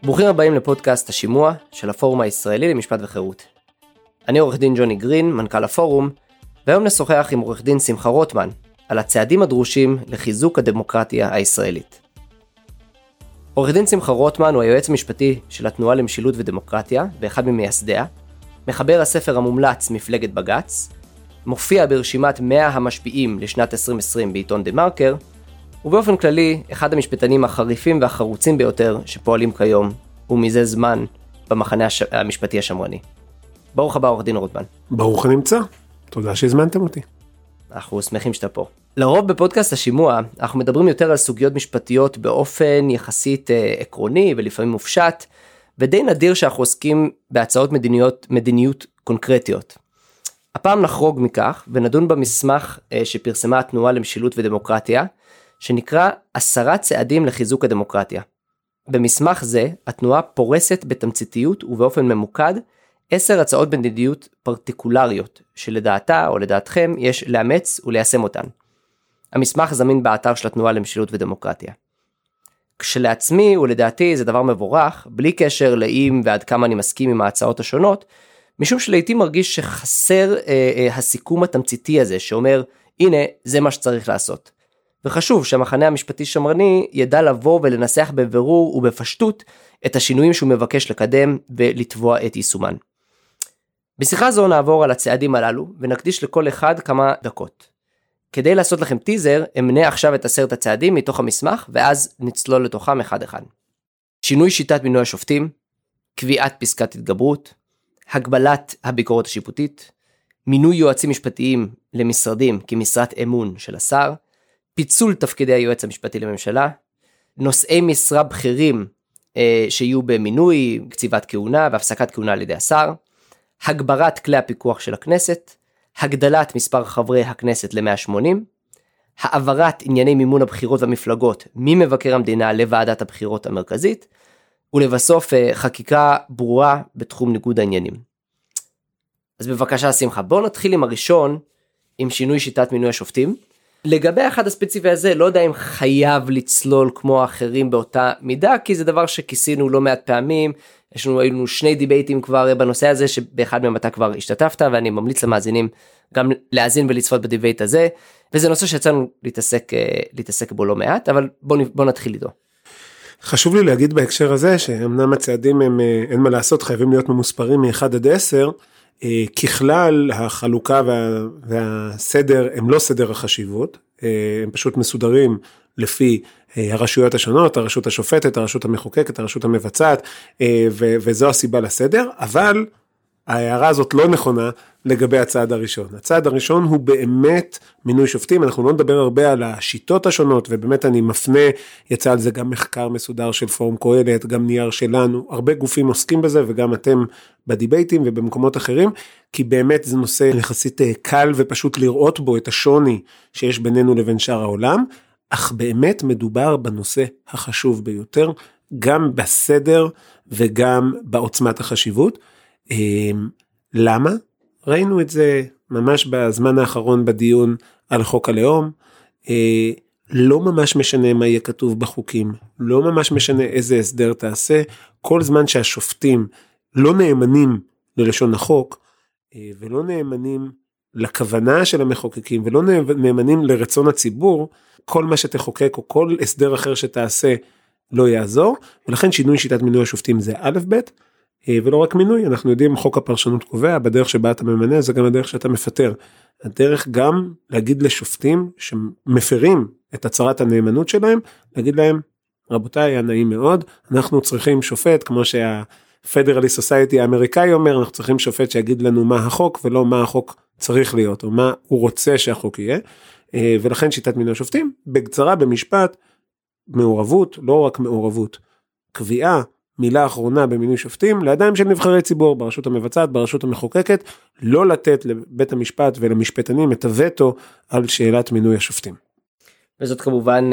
ברוכים הבאים לפודקאסט השימוע של הפורום הישראלי למשפט וחירות. אני עורך דין ג'וני גרין, מנכ"ל הפורום, והיום נשוחח עם עורך דין שמחה רוטמן על הצעדים הדרושים לחיזוק הדמוקרטיה הישראלית. עורך דין שמחה רוטמן הוא היועץ המשפטי של התנועה למשילות ודמוקרטיה, ואחד ממייסדיה, מחבר הספר המומלץ מפלגת בג"ץ, מופיע ברשימת 100 המשפיעים לשנת 2020 בעיתון דה מרקר, ובאופן כללי, אחד המשפטנים החריפים והחרוצים ביותר שפועלים כיום, ומזה זמן, במחנה המשפטי השמרני. ברוך הבא, עורך דין רוטמן. ברוך הנמצא. תודה שהזמנתם אותי. אנחנו שמחים שאתה פה. לרוב בפודקאסט השימוע, אנחנו מדברים יותר על סוגיות משפטיות באופן יחסית עקרוני ולפעמים מופשט, ודי נדיר שאנחנו עוסקים בהצעות מדיניות קונקרטיות. הפעם נחרוג מכך ונדון במסמך שפרסמה התנועה למשילות ודמוקרטיה, שנקרא 10 צעדים לחיזוק הדמוקרטיה. במסמך זה, התנועה פורסת בתמציתיות ובאופן ממוקד 10 הצעות מדיניות פרטיקולריות, שלדעתה או לדעתכם יש לאמץ וליישם אותן. המסמך זמין באתר של התנועה למשילות ודמוקרטיה. כשלעצמי ולדעתי זה דבר מבורך, בלי קשר לאם ועד כמה אני מסכים עם ההצעות השונות, משום שלעיתים מרגיש שחסר הסיכום התמציתי הזה, שאומר, הנה, זה מה שצריך לעשות. וחשוב שהמחנה המשפטי שמרני ידע לבוא ולנסח בבירור ובפשטות את השינויים שהוא מבקש לקדם ולתבוע את יישומן. בשיחה זו נעבור על הצעדים הללו ונקדיש לכל אחד כמה דקות. כדי לעשות לכם טיזר, אמנה עכשיו את 10 הצעדים מתוך המסמך ואז נצלול לתוכם אחד אחד. שינוי שיטת מינוי השופטים, קביעת פסקת התגברות, הגבלת הביקורת השיפוטית, מינוי יועצים משפטיים למשרדים כמשרת אמון של השר, פיצול תפקידי היועץ המשפטי לממשלה, נושאי משרה בכירים שיהיו במינוי, קציבת כהונה והפסקת כהונה על ידי השר, הגברת כלי הפיקוח של הכנסת, הגדלת מספר חברי הכנסת ל-180, העברת ענייני מימון הבחירות והמפלגות ממבקר המדינה לוועדת הבחירות המרכזית, ולבסוף חקיקה ברורה בתחום ניגוד העניינים. אז בבקשה שמחה, בואו נתחיל עם הראשון, עם שינוי שיטת מינוי השופטים. לגבי האחד הספציפי הזה, לא יודע אם חייב לצלול כמו האחרים באותה מידה, כי זה דבר שכיסינו לא מעט פעמים, היו 2 דיבייטים כבר בנושא הזה, שבאחד מהם אתה כבר השתתפת, ואני ממליץ למאזינים גם להאזין ולצפות בדיבייט הזה, וזה נושא שיצאנו להתעסק בו לא מעט, אבל בוא נתחיל איתו. חשוב לי להגיד בהקשר הזה, שאמנם הצעדים הם, אין מה לעשות, חייבים להיות ממוספרים מ-1 עד 10, ככלל החלוקה והסדר הם לא סדר החשיבות, הם פשוט מסודרים לפי הרשויות השונות, הרשות השופטת, הרשות המחוקקת, הרשות המבצעת, וזו הסיבה לסדר, אבל ההערה הזאת לא נכונה לגבי הצעד הראשון. הצעד הראשון הוא באמת מינוי שופטים, אנחנו לא נדבר הרבה על השיטות השונות, ובאמת אני מפנה, יצא על זה גם מחקר מסודר של פורום קהלת, גם נייר שלנו, הרבה גופים עוסקים בזה, וגם אתם בדיבייטים ובמקומות אחרים, כי באמת זה נושא יחסית קל ופשוט לראות בו את השוני שיש בינינו לבין שאר העולם, אך באמת מדובר בנושא החשוב ביותר, גם בסדר וגם בעוצמת החשיבות. למה? ראינו את זה ממש בזמן האחרון בדיון על חוק הלאום, לא ממש משנה מה יהיה כתוב בחוקים, לא ממש משנה איזה הסדר תעשה, כל זמן שהשופטים לא נאמנים ללשון החוק, ולא נאמנים לכוונה של המחוקקים, ולא נאמנים לרצון הציבור, כל מה שתחוקק או כל הסדר אחר שתעשה לא יעזור, ולכן שינוי שיטת מינוי השופטים זה א' ב', ולא רק מינוי, אנחנו יודעים חוק הפרשנות קובע, בדרך שבה אתה ממנה, זה גם הדרך שאתה מפטר. הדרך גם להגיד לשופטים שמפרים את הצהרת הנאמנות שלהם, להגיד להם, רבותיי, הנעים מאוד, אנחנו צריכים שופט, כמו שה-Federalist Society האמריקאי אומר, אנחנו צריכים שופט שיגיד לנו מה החוק, ולא מה החוק צריך להיות, או מה הוא רוצה שהחוק יהיה, ולכן שיטת מינוי השופטים, בקצרה במשפט, מעורבות, לא רק מעורבות, קביעה, מילה אחרונה במינוי שופטים, לידיים של נבחרי ציבור, ברשות המבצעת, ברשות המחוקקת, לא לתת לבית המשפט ולמשפטנים את הווטו על שאלת מינוי השופטים. וזאת כמובן,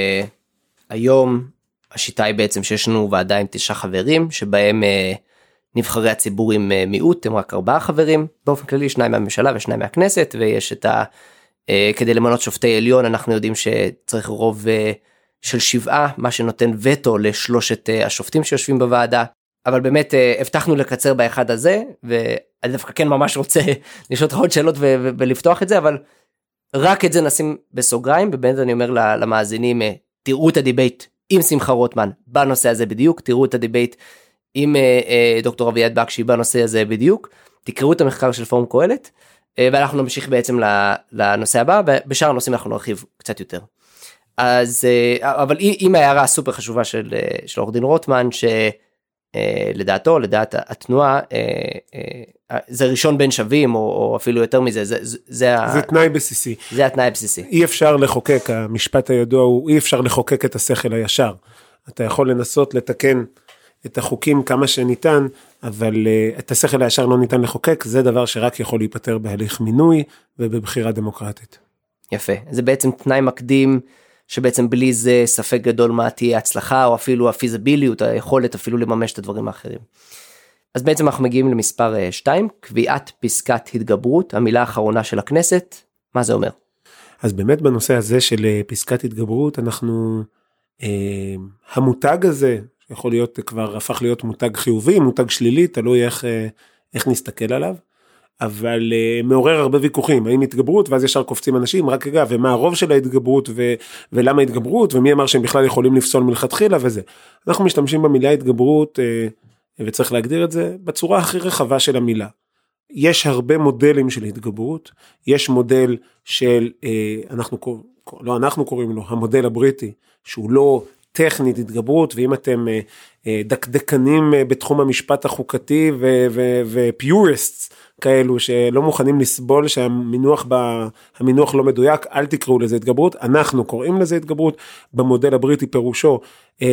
היום השיטה היא בעצם שיש לנו ועדה עם 9 חברים, שבהם נבחרי הציבור עם מיעוט, הם רק 4 חברים, באופן כללי 2 מהממשלה ו2 מהכנסת, ויש את כדי למנות שופטי עליון, אנחנו יודעים שצריך רוב של 7, מה שנותן וטו לשלושת השופטים שיושבים בוועדה, אבל באמת הבטחנו לקצר באחד הזה, ואני דווקא כן ממש רוצה לשאול אותך עוד שאלות ולפתוח את זה, אבל רק את זה נשים בסוגריים, ובאמת אני אומר למאזינים, תראו את הדיבייט עם שמחה רוטמן בנושא הזה בדיוק, תראו את הדיבייט עם דוקטור אביעד בקשי בנושא הזה בדיוק, תקראו את המחקר של פורום קהלת, ואנחנו נמשיך בעצם לנושא הבא, ובשאר הנושאים אנחנו נרחיב קצת יותר. אז, אבל עם ההערה הסופר חשובה של עורך דין רוטמן, שלדעתו, לדעת התנועה, זה ראשון בין שווים, או אפילו יותר מזה, זה תנאי בסיסי. זה התנאי הבסיסי. אי אפשר לחוקק, המשפט הידוע הוא, אי אפשר לחוקק את השכל הישר. אתה יכול לנסות לתקן את החוקים כמה שניתן, אבל את השכל הישר לא ניתן לחוקק, זה דבר שרק יכול להיפטר בהליך מינוי ובבחירה דמוקרטית. יפה, זה בעצם תנאי מקדים, שבעצם בלי זה ספק גדול מה תהיה הצלחה, או אפילו הפיזביליות, היכולת אפילו לממש את הדברים האחרים. אז בעצם אנחנו מגיעים למספר 2, קביעת פסקת התגברות, המילה האחרונה של הכנסת, מה זה אומר? אז באמת בנושא הזה של פסקת התגברות, אנחנו, המותג הזה, יכול להיות כבר הפך להיות מותג חיובי, מותג שלילי, תלוי איך נסתכל עליו, אבל מעורר הרבה ויכוחים, האם התגברות, ואז ישר קופצים אנשים, רק רגע, ומה הרוב של ההתגברות, ולמה התגברות, ומי אמר שהם בכלל יכולים לפסול מלכתחילה וזה. אנחנו משתמשים במילה התגברות, וצריך להגדיר את זה בצורה הכי רחבה של המילה. יש הרבה מודלים של התגברות, יש מודל של, אנחנו קוראים לו, המודל הבריטי, שהוא לא טכנית התגברות, ואם אתם דקדקנים בתחום המשפט החוקתי ופיוריסטס כאלו שלא מוכנים לסבול שהמינוח לא מדויק, אל תקראו לזה התגברות, אנחנו קוראים לזה התגברות, במודל הבריטי פירושו,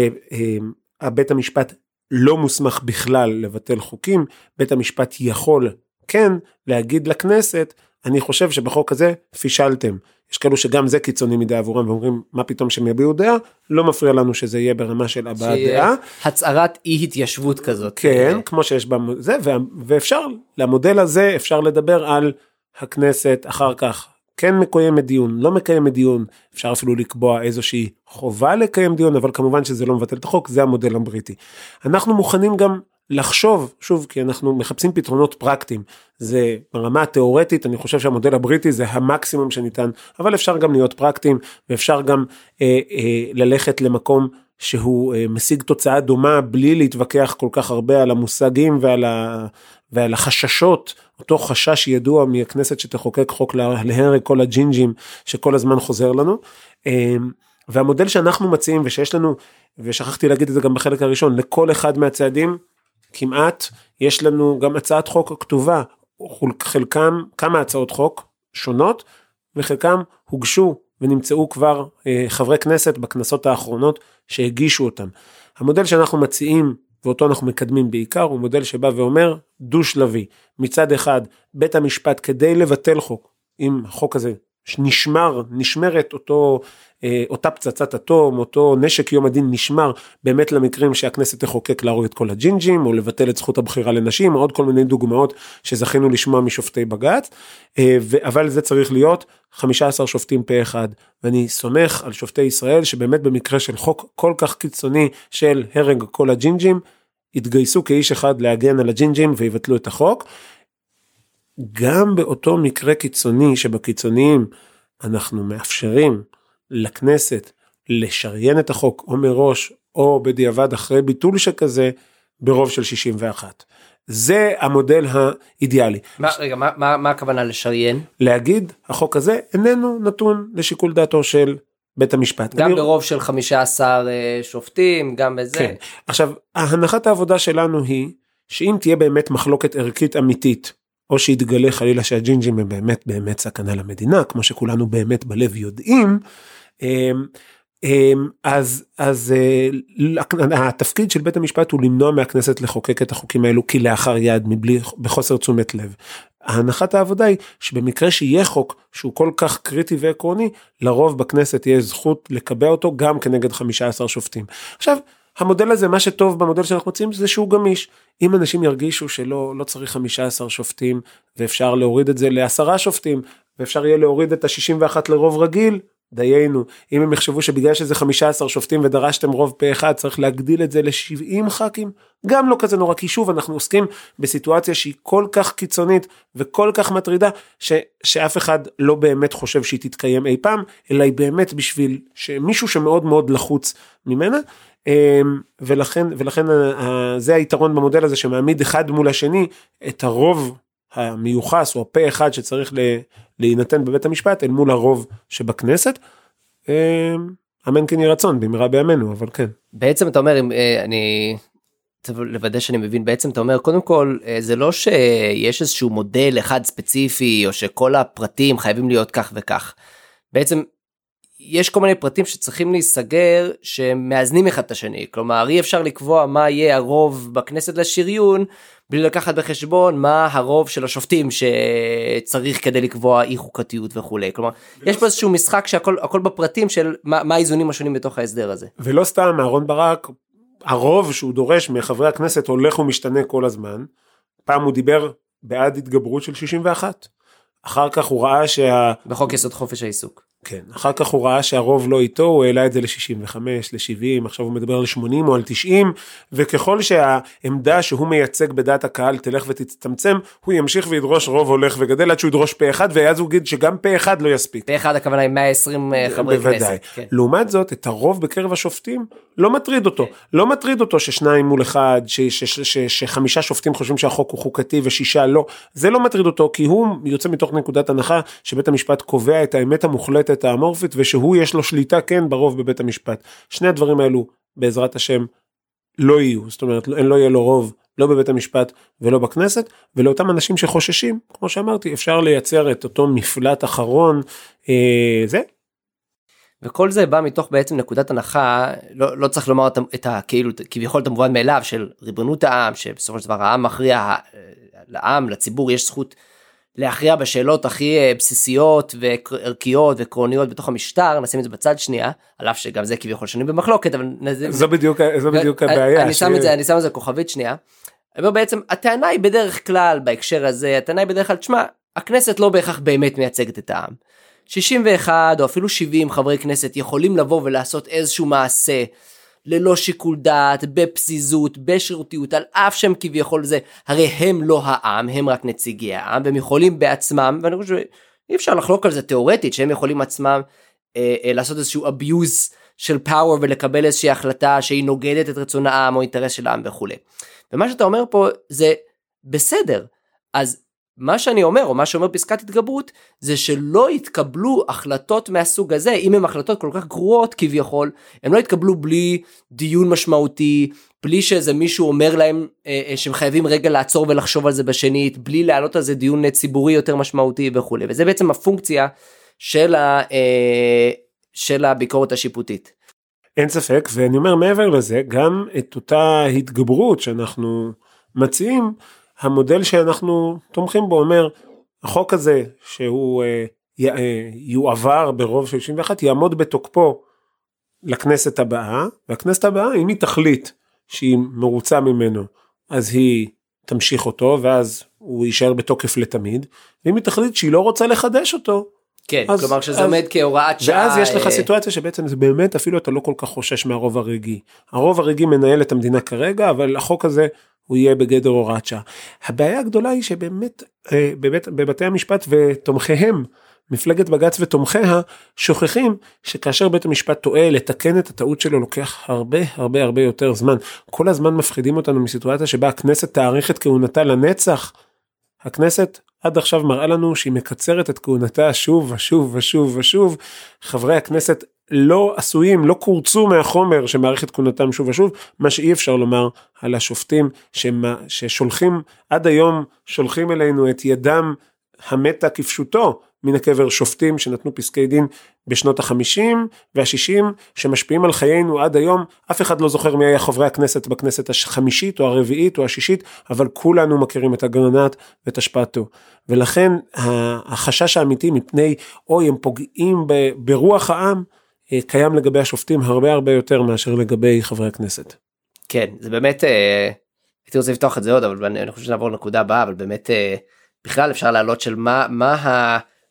בית המשפט לא מוסמך בכלל לבטל חוקים, בית המשפט יכול כן להגיד לכנסת, אני חושב שבחוק הזה פישלתם, יש כאלו שגם זה קיצוני מדי עבורם, ואומרים מה פתאום שהם יביעו דעה, לא מפריע לנו שזה יהיה ברמה של הבעת דעה. הצהרת אי התיישבות כזאת. כן, כמו שיש בזה, ואפשר, למודל הזה אפשר לדבר על הכנסת אחר כך, כן מקיים דיון, לא מקיים דיון, אפשר אפילו לקבוע איזושהי חובה לקיים דיון, אבל כמובן שזה לא מבטל את החוק, זה המודל הבריטי. אנחנו מוכנים גם לחשוב, שוב, כי אנחנו מחפשים פתרונות פרקטיים, זה ברמה התיאורטית, אני חושב שהמודל הבריטי זה המקסימום שניתן, אבל אפשר גם להיות פרקטיים, ואפשר גם ללכת למקום שהוא משיג תוצאה דומה, בלי להתווכח כל כך הרבה על המושגים ועל החששות, אותו חשש ידוע מהכנסת שתחוקק חוק להרג כל הג'ינג'ים, שכל הזמן חוזר לנו, והמודל שאנחנו מציעים, ושיש לנו, ושכחתי להגיד את זה גם בחלק הראשון, לכל אחד מהצעדים, כמעט יש לנו גם הצעת חוק כתובה, חלקם כמה הצעות חוק שונות, וחלקם הוגשו ונמצאו כבר חברי כנסת בכנסות האחרונות שהגישו אותם. המודל שאנחנו מציעים ואותו אנחנו מקדמים בעיקר, הוא מודל שבא ואומר דו שלבי. מצד אחד, בית המשפט כדי לבטל חוק, אם החוק הזה נשמרת אותה פצצת אטום, אותו נשק יום הדין נשמר, באמת למקרים שהכנסת תחוקק להרוג את כל הג'ינג'ים, או לבטל את זכות הבחירה לנשים, או עוד כל מיני דוגמאות שזכינו לשמוע משופטי בג"ץ, אבל זה צריך להיות 15 שופטים פה אחד, ואני סומך על שופטי ישראל, שבאמת במקרה של חוק כל כך קיצוני של הרג כל הג'ינג'ים, יתגייסו כאיש אחד להגן על הג'ינג'ים, ויבטלו את החוק. גם באותו מקרה קיצוני, שבקיצוניים אנחנו מאפשרים לכנסת לשריין את החוק, או מראש, או בדיעבד אחרי ביטול שכזה, ברוב של 61. זה המודל האידיאלי. רגע, מה הכוונה לשריין? להגיד, החוק הזה איננו נתון לשיקול דעתו של בית המשפט. גם ברוב של 15 שופטים, גם בזה. כן. עכשיו, הנחת העבודה שלנו היא, שאם תהיה באמת מחלוקת ערכית אמיתית, או שיתגלה חלילה שהג'ינג'ים הם באמת סכנה למדינה, כמו שכולנו באמת בלב יודעים, אז התפקיד של בית המשפט הוא למנוע מהכנסת לחוקק את החוקים האלו כלאחר יד, בחוסר תשומת לב. הנחת העבודה היא שבמקרה שיהיה חוק שהוא כל כך קריטי ועקרוני, לרוב בכנסת תהיה זכות לקבע אותו גם כנגד 15 שופטים. עכשיו, המודל הזה, מה שטוב במודל שאנחנו מוצאים, זה שהוא גמיש. אם אנשים ירגישו שלא צריך 15 שופטים, ואפשר להוריד את זה ל10 שופטים, ואפשר יהיה להוריד את ה61 לרוב רגיל, דיינו, אם הם יחשבו שבגלל שזה 15 שופטים ודרשתם רוב פה אחד, צריך להגדיל את זה ל70 ח"כים, גם לא כזה נורא, כי שוב אנחנו עוסקים בסיטואציה שהיא כל כך קיצונית וכל כך מטרידה, שאף אחד לא באמת חושב שהיא תתקיים אי פעם, אלא היא באמת בשביל שמישהו שמאוד מאוד לחוץ ממנה, ולכן זה היתרון במודל הזה, שמעמיד אחד מול השני את הרוב המיוחס, או פה אחד שצריך להינתן בבית המשפט, אל מול הרוב שבכנסת. אמן כן יהי רצון, במהרה בימינו, אבל כן. בעצם אתה אומר, אני צריך לוודא שאני מבין, בעצם אתה אומר, קודם כל, זה לא שיש איזשהו מודל אחד ספציפי, או שכל הפרטים חייבים להיות כך וכך. בעצם, יש כל מיני פרטים שצריכים להיסגר, שמאזנים אחד את השני. כלומר, אי אפשר לקבוע מה יהיה הרוב בכנסת לשריון, בלי לקחת בחשבון מה הרוב של השופטים שצריך כדי לקבוע אי חוקתיות וכו'. כלומר, יש פה איזשהו משחק שהכל בפרטים של מה האיזונים השונים בתוך ההסדר הזה. ולא סתם, אהרון ברק, הרוב שהוא דורש מחברי הכנסת הולך ומשתנה כל הזמן. פעם הוא דיבר בעד התגברות של 61. אחר כך הוא ראה בחוק יסוד חופש העיסוק. כן, אחר כך הוא ראה שהרוב לא איתו, הוא העלה את זה ל-65, ל-70, עכשיו הוא מדבר על 80 או על 90, וככל שהעמדה שהוא מייצג בדעת הקהל תלך ותצטמצם, הוא ימשיך וידרוש רוב הולך וגדל, עד שהוא ידרוש פה אחד, ואז הוא יגיד שגם פה אחד לא יספיק. פה אחד הכוונה עם 120 חברי כנסת. כן. לעומת זאת, את הרוב בקרב השופטים לא מטריד אותו. כן. לא מטריד אותו ששניים מול אחד, שחמישה שופטים חושבים שהחוק הוא חוקתי ושישה לא. זה לא מטריד אותו, כי הוא יוצא מתוך נקודת הנחה שבית המשפט קובע את האמת המוחלטת האמורפית, ושהוא יש לו שליטה כן ברוב בבית המשפט. שני הדברים האלו בעזרת השם לא יהיו, זאת אומרת לא יהיה לו רוב לא בבית המשפט ולא בכנסת, ולאותם אנשים שחוששים, כמו שאמרתי, אפשר לייצר את אותו מפלט אחרון, זה. וכל זה בא מתוך בעצם נקודת הנחה, לא צריך לומר את כאילו כביכול את המובן מאליו של ריבונות העם, שבסופו של דבר העם מכריע, לעם, לציבור יש זכות להכריע בשאלות הכי בסיסיות וערכיות ועקרוניות בתוך המשטר, נשים את זה בצד שנייה, על אף שגם זה כביכול שונים במחלוקת, אבל זו בדיוק הבעיה. אני שם את זה כוכבית שנייה. אני אומר בעצם, הטענה היא בדרך כלל בהקשר הזה, הטענה היא בדרך כלל, תשמע, הכנסת לא בהכרח באמת מייצגת את העם. 61 או אפילו 70 חברי כנסת יכולים לבוא ולעשות איזשהו מעשה, ללא שיקול דעת, בפזיזות, בשרירותיות, על אף שהם כביכול זה, הרי הם לא העם, הם רק נציגי העם, והם יכולים בעצמם, ואני חושב שאי אפשר לחלוק על זה תיאורטית, שהם יכולים עצמם לעשות איזשהו abuse של power, ולקבל איזושהי החלטה שהיא נוגדת את רצון העם, או אינטרס של העם וכו'. ומה שאתה אומר פה, זה בסדר, אז מה שאני אומר, או מה שאומר פסקת התגברות, זה שלא יתקבלו החלטות מהסוג הזה, אם הן החלטות כל כך גרועות כביכול, הן לא יתקבלו בלי דיון משמעותי, בלי שאיזה מישהו אומר להם, שהם חייבים רגע לעצור ולחשוב על זה בשנית, בלי להעלות על זה דיון ציבורי יותר משמעותי וכו'. וזה בעצם הפונקציה של הביקורת השיפוטית. אין ספק, ואני אומר מעבר לזה, גם את אותה התגברות שאנחנו מציעים, המודל שאנחנו תומכים בו אומר, החוק הזה שהוא יועבר ברוב של 61, יעמוד בתוקפו לכנסת הבאה, והכנסת הבאה, אם היא תחליט שהיא מרוצה ממנו, אז היא תמשיך אותו, ואז הוא יישאר בתוקף לתמיד, ואם היא תחליט שהיא לא רוצה לחדש אותו, כן, כלומר שזה עומד כהוראת שעה. ואז יש לך סיטואציה שבעצם זה באמת, אפילו אתה לא כל כך חושש מהרוב הרגעי. הרוב הרגעי מנהל את המדינה כרגע, אבל החוק הזה הוא יהיה בגדר הוראת שעה. הבעיה הגדולה היא שבאמת בבתי המשפט ותומכיהם, מפלגת בג"ץ ותומכיה, שוכחים שכאשר בית המשפט טועה לתקן את הטעות שלו לוקח הרבה יותר זמן. כל הזמן מפחידים אותנו מסיטואציה שבה הכנסת תאריך את כהונתה לנצח. הכנסת עד עכשיו מראה לנו שהיא מקצרת את כהונתה שוב ושוב. חברי הכנסת לא עשויים, לא קורצו מהחומר שמעריך את כהונתם שוב ושוב, מה שאי אפשר לומר על השופטים ששולחים, עד היום שולחים אלינו את ידם המתה כפשוטו, מן הקבר שופטים שנתנו פסקי דין בשנות ה-50 וה-60, שמשפיעים על חיינו עד היום. אף אחד לא זוכר מי היה חברי הכנסת בכנסת החמישית או הרביעית או השישית, אבל כולנו מכירים את אגרנט ואת השפעתו. ולכן החשש האמיתי מפני, אוי, הם פוגעים ברוח העם, קיים לגבי השופטים הרבה יותר מאשר לגבי חברי הכנסת. כן, זה באמת, הייתי רוצה לפתוח את זה עוד, אבל אני חושב שנעבור לנקודה הבאה, אבל באמת, בכלל אפשר להעלות של מה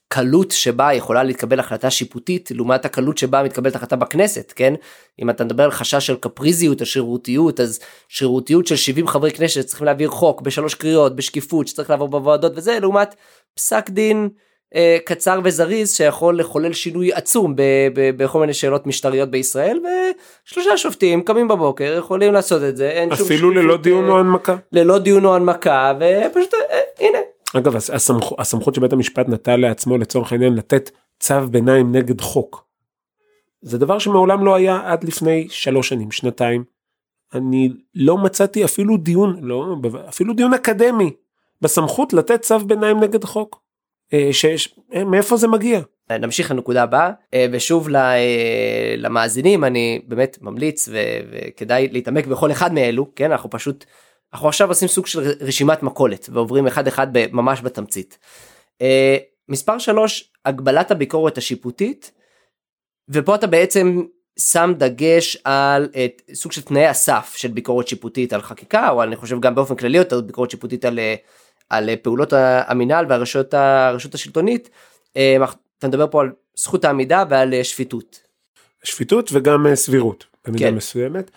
הקלות שבה יכולה להתקבל החלטה שיפוטית, לעומת הקלות שבה מתקבלת החלטה בכנסת, כן? אם אתה מדבר על חשש של קפריזיות או שרירותיות, אז שרירותיות של 70 חברי כנסת שצריכים להעביר חוק ב3 קריאות, בשקיפות, שצריך לעבור בוועדות וזה, לעומת פסק דין קצר וזריז, שיכול לחולל שינוי עצום בכל מיני שאלות משטריות בישראל, ושלושה שופטים קמים בבוקר, יכולים לעשות את זה, אין שום אפילו ללא דיון או הנמקה. ללא דיון או הנמקה, ופשוט, הנה. אגב, הסמכות שבית המשפט נטל לעצמו לצורך העניין לתת צו ביניים נגד חוק. זה דבר שמעולם לא היה עד לפני 3 שנים, 2 אני לא מצאתי אפילו דיון, אפילו דיון אקדמי, בסמכות לתת צו ביניים נגד חוק. מאיפה זה מגיע? נמשיך לנקודה הבאה, ושוב למאזינים, אני באמת ממליץ וכדאי להתעמק בכל אחד מאלו, כן? אנחנו עכשיו עושים סוג של רשימת מכולת, ועוברים אחד אחד ממש בתמצית. מספר 3, הגבלת הביקורת השיפוטית, ופה אתה בעצם שם דגש על סוג של תנאי הסף של ביקורת שיפוטית על חקיקה, או אני חושב גם באופן כללי יותר ביקורת שיפוטית על פעולות המינהל והרשות השלטונית. אתה מדבר פה על זכות העמידה ועל שפיטות. שפיטות וגם סבירות, במידה מסוימת.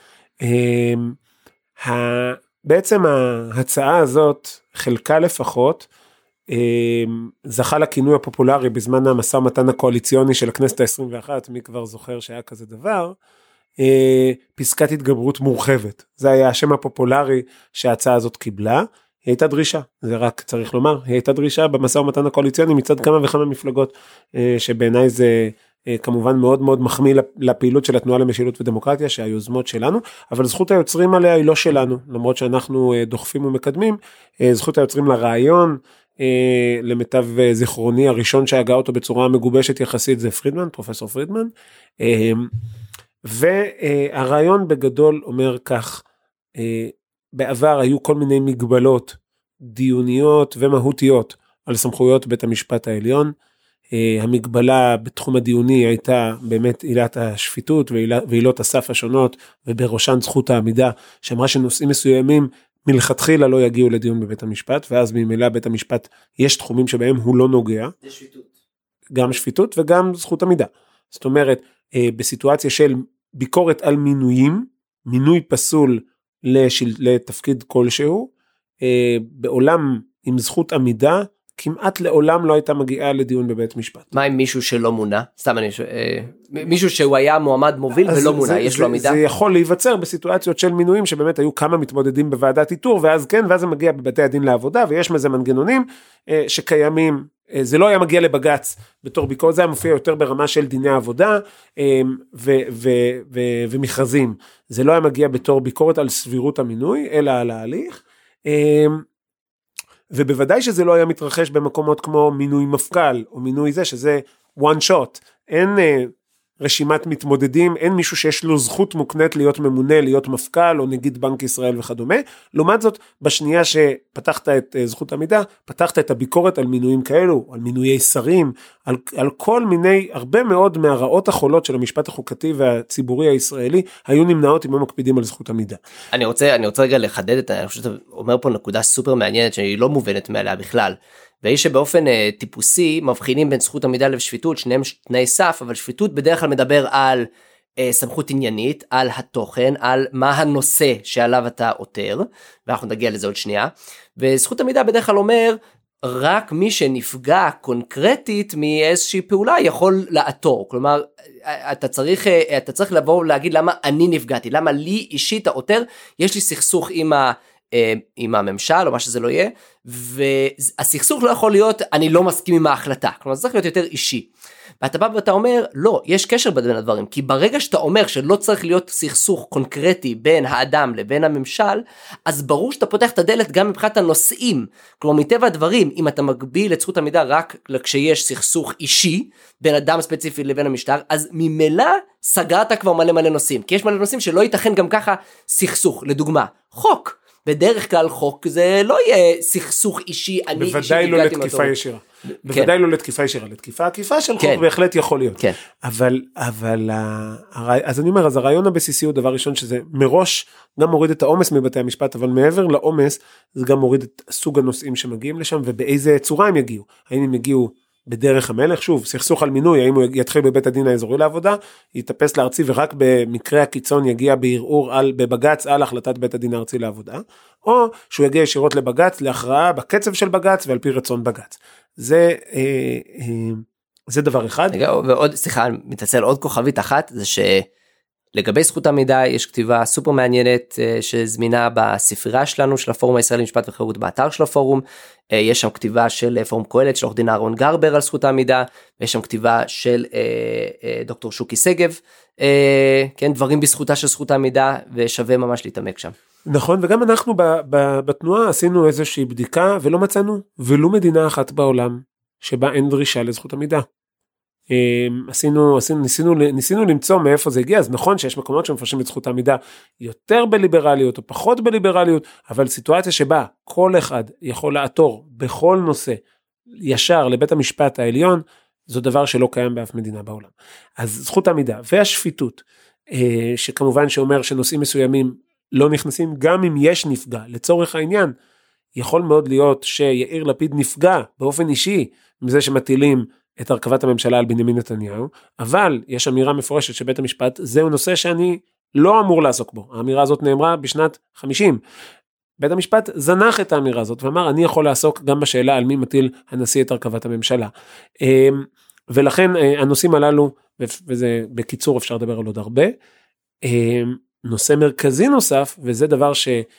בעצם ההצעה הזאת, חלקה לפחות, זכה לכינוי הפופולרי בזמן המשא ומתן הקואליציוני של הכנסת ה-21, מי כבר זוכר שהיה כזה דבר, פסקת התגברות מורחבת. זה היה השם הפופולרי שההצעה הזאת קיבלה. היא הייתה דרישה, זה רק צריך לומר, היא הייתה דרישה במשא ומתן הקואליציוני מצד כמה וכמה מפלגות, שבעיניי זה כמובן מאוד מאוד מחמיא לפעילות של התנועה למשילות ודמוקרטיה, שהיוזמות שלנו, אבל זכות היוצרים עליה היא לא שלנו, למרות שאנחנו דוחפים ומקדמים, זכות היוצרים לרעיון, למיטב זיכרוני, הראשון שהגה אותו בצורה מגובשת יחסית זה פרידמן, פרופסור פרידמן, והרעיון בגדול אומר כך, בעבר היו כל מיני מגבלות דיוניות ומהותיות על סמכויות בית המשפט העליון, המגבלה בתחום הדיוני הייתה באמת עילת השפיטות ועילות הסף השונות, ובראשן זכות העמידה, שאמרה שנושאים מסוימים מלכתחילה לא יגיעו לדיון בבית המשפט, ואז ממילא בית המשפט יש תחומים שבהם הוא לא נוגע, זה שפיטות. גם שפיטות וגם זכות עמידה, זאת אומרת בסיטואציה של ביקורת על מינויים, מינוי פסול לתפקיד כלשהו, בעולם עם זכות עמידה, כמעט לעולם לא הייתה מגיעה לדיון בבית משפט. מה עם מישהו שלא מונה? סתם מישהו שהוא היה מועמד מוביל ולא מונה, יש לו עמידה? זה יכול להיווצר בסיטואציות של מינויים, שבאמת היו כמה מתמודדים בוועדת איתור, ואז כן, ואז זה מגיע בבתי הדין לעבודה, ויש מזה מנגנונים שקיימים, זה לא היה מגיע לבגץ בתור ביקורת, זה היה מופיע יותר ברמה של דיני עבודה ומכרזים, זה לא היה מגיע בתור ביקורת על סבירות המינוי, אלא על ההליך, ובוודאי שזה לא היה מתרחש במקומות כמו מינוי מפכ"ל, או מינוי זה, שזה one shot, אין רשימת מתמודדים, אין מישהו שיש לו זכות מוקנית להיות ממונה, להיות מפכ"ל, או נגיד בנק ישראל וכדומה, לעומת זאת, בשנייה שפתחת את זכות עמידה, פתחת את הביקורת על מינויים כאלו, על מינויי שרים, על כל מיני, הרבה מאוד מהרעות החולות של המשפט החוקתי והציבורי הישראלי, היו נמנעות אם הם מקפידים על זכות עמידה. אני רוצה רגע לחדד את זה, אני חושב שאתה אומר פה נקודה סופר מעניינת, שהיא לא מובנת מעליה בכלל, והיא שבאופן טיפוסי מבחינים בין זכות עמידה לשפיטות, שניהם תנאי סף, אבל שפיטות בדרך כלל מדבר על סמכות עניינית, על התוכן, על מה הנושא שעליו אתה עותר, ואנחנו נגיע לזה עוד שנייה, וזכות עמידה בדרך כלל אומר, רק מי שנפגע קונקרטית מאיזושהי פעולה יכול לעתור, כלומר אתה צריך לבוא ולהגיד למה אני נפגעתי, למה לי אישית העותר, יש לי סכסוך עם הממשל או מה שזה לא יהיה, והסכסוך לא יכול להיות אני לא מסכים עם ההחלטה, כלומר זה צריך להיות יותר אישי, ואתה בא ואתה אומר לא, יש קשר בין הדברים, כי ברגע שאתה אומר שלא צריך להיות סכסוך קונקרטי בין האדם לבין הממשל, אז ברור שאתה פותח את הדלת גם מבחינת הנושאים, כלומר מטבע הדברים, אם אתה מגביל את זכות עמידה רק כשיש סכסוך אישי, בין אדם ספציפי לבין המשטר, אז ממילא סגרת כבר מלא נושאים, כי יש מלא נושאים שלא ייתכן גם ככה סכסוך, לדוגמה, חוק, בדרך כלל חוק זה לא יהיה סכסוך אישי, אני אישי בוודאי לא לתקיפה ישירה, בוודאי לא לתקיפה ישירה, לתקיפה עקיפה של חוק בהחלט יכול להיות, אבל אז אני אומר, אז הרעיון הבסיסי הוא דבר ראשון שזה מראש גם מוריד את העומס מבתי המשפט, אבל מעבר לעומס זה גם מוריד את סוג הנושאים שמגיעים לשם ובאיזה צורה הם יגיעו, האם הם יגיעו בדרך המלך, שוב, סכסוך על מינוי, האם הוא יתחיל בבית הדין האזורי לעבודה, יתאפס לארצי ורק במקרה הקיצון יגיע בערעור בבגץ על החלטת בית הדין הארצי לעבודה, או שהוא יגיע ישירות לבגץ, להכרעה בקצב של בגץ ועל פי רצון בגץ. זה דבר אחד. ועוד, סליחה, מתעצל עוד כוכבית אחת, זה שלגבי זכות המידע יש כתיבה סופר מעניינת שזמינה בספרייה שלנו, של הפורום הישראלי למשפט וחירות, באתר של הפורום, יש שם כתיבה של פורום קהלת, של עורך דין אהרון גרבר על זכות המידע, ויש שם כתיבה של דוקטור שוקי שגב, כן, דברים בזכותה של זכות המידע, ושווה ממש להתעמק שם. נכון, וגם אנחנו בתנועה עשינו איזושהי בדיקה, ולא מצאנו ולו מדינה אחת בעולם, שבה אין דרישה לזכות המידע. ניסינו למצוא מאיפה זה הגיע, אז נכון שיש מקומות שמפרשים את זכות המידע יותר בליברליות או פחות בליברליות, אבל סיטואציה שבה כל אחד יכול לעתור בכל נושא ישר לבית המשפט העליון, זו דבר שלא קיים באף מדינה בעולם. אז זכות המידע והשפיטות, שכמובן שאומר שנושאים מסוימים לא נכנסים, גם אם יש נפגע, לצורך העניין, יכול מאוד להיות שיאיר לפיד נפגע באופן אישי, מזה שמטילים את הרכבת הממשלה על בנימין נתניהו, אבל יש אמירה מפורשת שבית המשפט, זהו נושא שאני לא אמור לעסוק בו. האמירה הזאת נאמרה בשנת 50. בית המשפט זנח את האמירה הזאת, ואמר, אני יכול לעסוק גם בשאלה על מי מטיל הנשיא את הרכבת הממשלה. ולכן הנושאים הללו, וזה בקיצור אפשר לדבר על עוד הרבה, נושא מרכזי נוסף, וזה דבר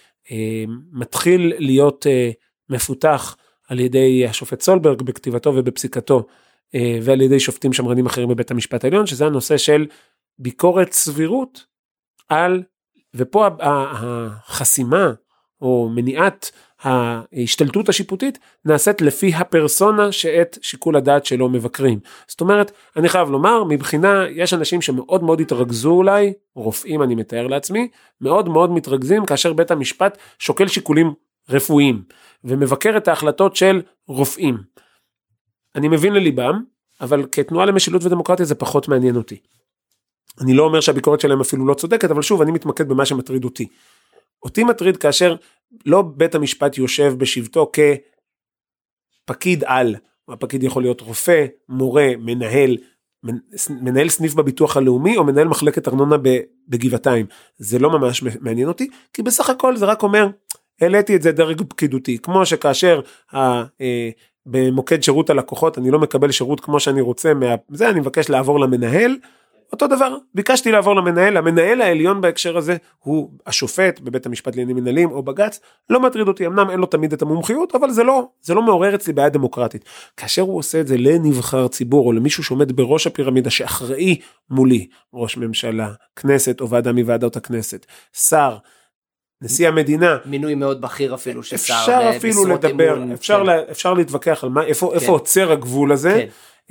שמתחיל להיות מפותח על ידי השופט סולברג בכתיבתו ובפסיקתו, ועל ידי שופטים שמרנים אחרים בבית המשפט העליון, שזה הנושא של ביקורת סבירות על, ופה החסימה או מניעת ההשתלטות השיפוטית נעשית לפי הפרסונה שאת שיקול הדעת שלו מבקרים. זאת אומרת, אני חייב לומר, מבחינה, יש אנשים שמאוד מאוד התרכזו אולי, רופאים אני מתאר לעצמי, מאוד מאוד מתרכזים כאשר בית המשפט שוקל שיקולים רפואיים, ומבקר את ההחלטות של רופאים. אני מבין לליבם, אבל כתנועה למשילות ודמוקרטיה זה פחות מעניין אותי. אני לא אומר שהביקורת שלהם אפילו לא צודקת, אבל שוב, אני מתמקד במה שמטריד אותי. אותי מטריד כאשר לא בית המשפט יושב בשבתו כפקיד על, הפקיד יכול להיות רופא, מורה, מנהל סניף בביטוח הלאומי, או מנהל מחלקת ארנונה בגבעתיים. זה לא ממש מעניין אותי, כי בסך הכל זה רק אומר, העליתי את זה דרג פקידותי, כמו שכאשר במוקד שירות הלקוחות, אני לא מקבל שירות כמו שאני רוצה, זה אני מבקש לעבור למנהל, אותו דבר, ביקשתי לעבור למנהל, המנהל העליון בהקשר הזה, הוא השופט בבית המשפט לעניינים מנהליים, או בג"ץ, לא מטריד אותי, אמנם אין לו תמיד את המומחיות, אבל זה לא מעורר אצלי בעיה דמוקרטית, כאשר הוא עושה את זה לנבחר ציבור, או למישהו שעומד בראש הפירמידה, שאחראי מולי, ראש ממשלה, כנסת, או ועדה מוועדות הכנסת, שר, נשיא המדינה, מינוי מאוד בכיר אפילו, אפשר אפילו לדבר, אפשר להתווכח על איפה עוצר הגבול הזה,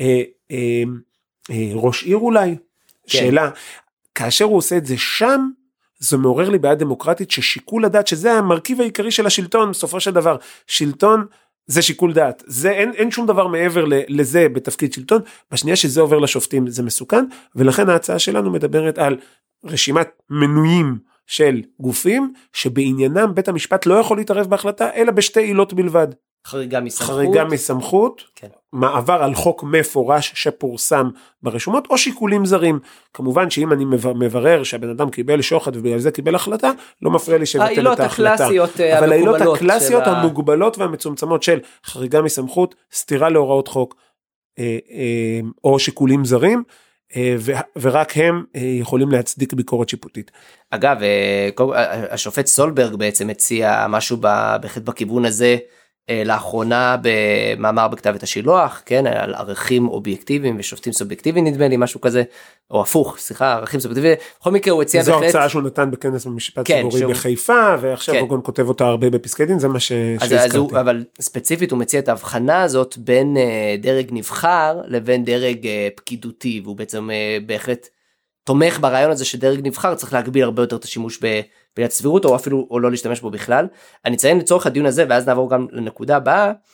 ראש עיר אולי, שאלה, כאשר הוא עושה את זה שם, זה מעורר לי בעיה דמוקרטית, ששיקול הדעת, שזה המרכיב העיקרי של השלטון, בסופו של דבר, שלטון זה שיקול דעת, אין שום דבר מעבר לזה בתפקיד שלטון, בשנייה שזה עובר לשופטים זה מסוכן, ולכן ההצעה שלנו מדברת על רשימת מנויים של גופים, שבעניינם בית המשפט לא יכול להתערב בהחלטה, אלא בשתי עילות בלבד. חריגה מסמכות, כן. מעבר על חוק מפורש שפורסם ברשומות, או שיקולים זרים. כמובן שאם אני מברר שהבן אדם קיבל שוחד ובגלל זה קיבל החלטה, לא מפריע לי שבטל את ההחלטה. אבל העילות הקלאסיות המוגבלות והמצומצמות של חריגה מסמכות, סתירה להוראות חוק, או שיקולים זרים, ורק הם יכולים להצדיק ביקורת שיפוטית. אגב, השופט סולברג בעצם הציע משהו בכיוון הזה, לאחרונה במאמר בכתב את השילוח, כן, על ערכים אובייקטיביים ושופטים סובייקטיביים, נדמה לי משהו כזה, או הפוך, סליחה, ערכים סובייקטיביים, בכל מקרה הוא הציע זו הרצאה שהוא נתן בכנס במשפט ציבורי בחיפה, ועכשיו הוא גם כותב אותה הרבה בפסקי דין, זה מה שהזכרתי. אבל ספציפית הוא מציע את ההבחנה הזאת, בין דרג נבחר, לבין דרג פקידותי, והוא בעצם בהחלט תומך ברעיון הזה, שדרג נבחר צריך להגביל הרבה יותר את השימוש בעילת סבירות, או אפילו או לא להשתמש בו בכלל. אני אציין לצורך הדיון הזה, ואז נעבור גם לנקודה הבאה,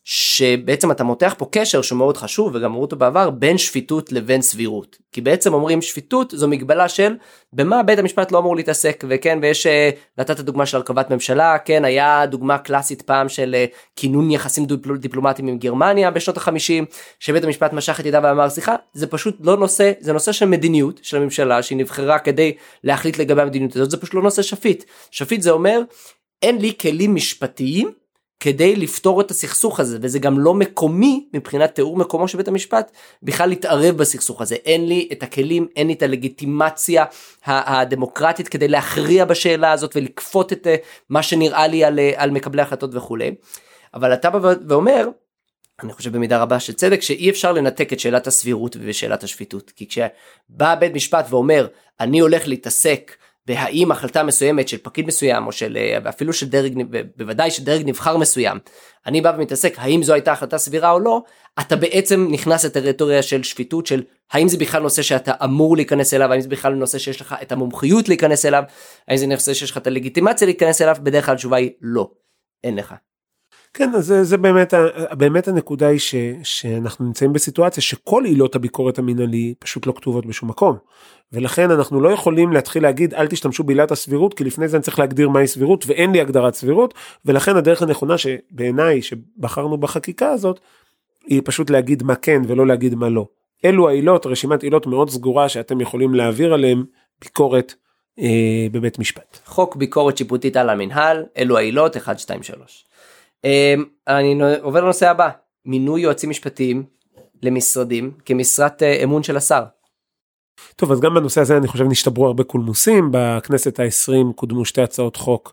שבעצם אתה מותח פה קשר שהוא מאוד חשוב, וגם אמרו אותו בעבר, בין שפיטות לבין סבירות. כי בעצם אומרים שפיטות זו מגבלה של במה בית המשפט לא אמור להתעסק, וכן, ויש, נתת דוגמה של הרכבת ממשלה, כן, היה דוגמה קלאסית פעם של כינון יחסים דיפלומטיים עם גרמניה בשנות ה-50, שבית המשפט משך את ידיו ואמר, סליחה, זה פשוט לא נושא, זה נושא של מדיניות של הממשלה, שהיא נבחרה כדי להחליט לגבי המדיניות הזאת, זה פשוט לא נושא שפיט. שפיט זה אומר, אין לי כלים משפטיים, כדי לפתור את הסכסוך הזה, וזה גם לא מקומי, מבחינת תיאור מקומו של בית המשפט, בכלל להתערב בסכסוך הזה, אין לי את הכלים, אין לי את הלגיטימציה הדמוקרטית, כדי להכריע בשאלה הזאת, ולכפות את מה שנראה לי על מקבלי החלטות וכו'. אבל אתה בא ואומר, אני חושב במידה רבה של צדק, שאי אפשר לנתק את שאלת הסבירות ושאלת השפיטות, כי כשבא בית משפט ואומר, אני הולך להתעסק, בהאם החלטה מסוימת של פקיד מסוים, או של, אפילו של דרג, בוודאי של דרג נבחר מסוים, אני בא ומתעסק, האם זו הייתה החלטה סבירה או לא, אתה בעצם נכנס לטריטוריה של שפיטות, של האם זה בכלל נושא שאתה אמור להיכנס אליו, האם זה בכלל נושא שיש לך את המומחיות להיכנס אליו, האם זה נושא שיש לך את הלגיטימציה להיכנס אליו, בדרך כלל התשובה היא לא, אין לך. כן, אז זה באמת הנקודה היא שאנחנו נמצאים בסיטואציה שכל עילות הביקורת המנהלי פשוט לא כתובות בשום מקום, ולכן אנחנו לא יכולים להתחיל להגיד אל תשתמשו בעילת הסבירות, כי לפני זה אני צריך להגדיר מהי סבירות, ואין לי הגדרת סבירות, ולכן הדרך הנכונה שבעיניי שבחרנו בחקיקה הזאת, היא פשוט להגיד מה כן ולא להגיד מה לא. אלו העילות, רשימת עילות מאוד סגורה שאתם יכולים להעביר עליהם ביקורת בבית משפט. חוק ביקורת שיפוטית על המנהל, אלו העילות 1, 2, 3. אני עובר לנושא הבא, מינוי יועצים משפטיים למשרדים כמשרת אמון של השר. טוב, אז גם בנושא הזה אני חושב נשתברו הרבה קולמוסים, בכנסת ה-20 קודמו שתי הצעות חוק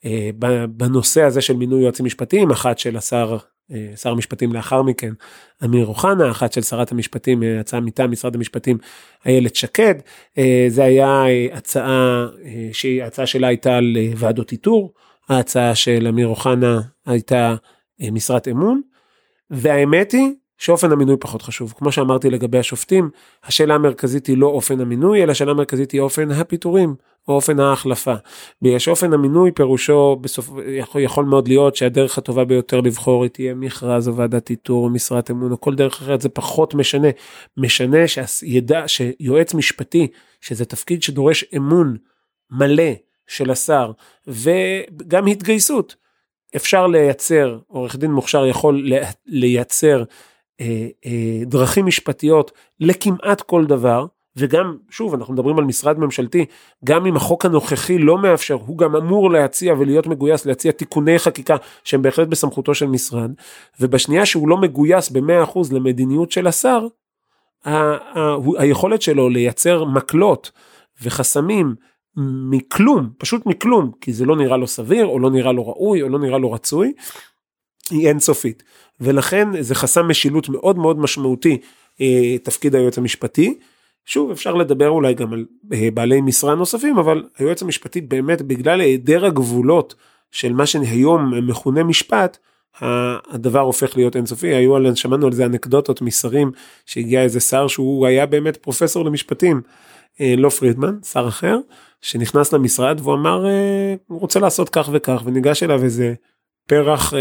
בנושא הזה של מינוי יועצים משפטיים, אחת של שר המשפטים לאחר מכן, אמיר אוחנה, אחת של שרת המשפטים, הצעה מטעם משרד המשפטים, איילת שקד, זה היה הצעה שלה הייתה על ועדות איתור, ההצעה של אמיר אוחנה הייתה משרת אמון, והאמת היא שאופן המינוי פחות חשוב. כמו שאמרתי לגבי השופטים, השאלה המרכזית היא לא אופן המינוי, אלא השאלה המרכזית היא אופן הפיטורים, או אופן ההחלפה. בגלל שאופן המינוי פירושו, יכול מאוד להיות שהדרך הטובה ביותר לבחור היא תהיה מכרז או ועדת איתור או משרת אמון, או כל דרך אחרת, זה פחות משנה. משנה שידע שיועץ משפטי, שזה תפקיד שדורש אמון מלא, של השר, וגם התגייסות, אפשר לייצר, עורך דין מוכשר יכול לייצר דרכים משפטיות לכמעט כל דבר, וגם, שוב, אנחנו מדברים על משרד ממשלתי, גם אם החוק הנוכחי לא מאפשר, הוא גם אמור להציע ולהיות מגויס, להציע תיקוני חקיקה, שהם בהחלט בסמכותו של משרד, ובשנייה שהוא לא מגויס ב100% למדיניות של השר, היכולת שלו לייצר מקלות וחסמים, מכלום, פשוט מכלום, כי זה לא נראה לו סביר, או לא נראה לו ראוי, או לא נראה לו רצוי, היא אינסופית. ולכן זה חסם משילות מאוד מאוד משמעותי, תפקיד היועץ המשפטי. שוב, אפשר לדבר אולי גם על בעלי משרה נוספים, אבל היועץ המשפטי באמת, בגלל היעדר הגבולות של מה שהיום מכונה משפט, הדבר הופך להיות אינסופי. שמענו על זה אנקדוטות משרים, שהגיע איזה שר שהוא היה באמת פרופסור למשפטים, לא פרידמן, שר אחר, שנכנס למשרד והוא אמר, הוא רוצה לעשות כך וכך, וניגש אליו איזה פרח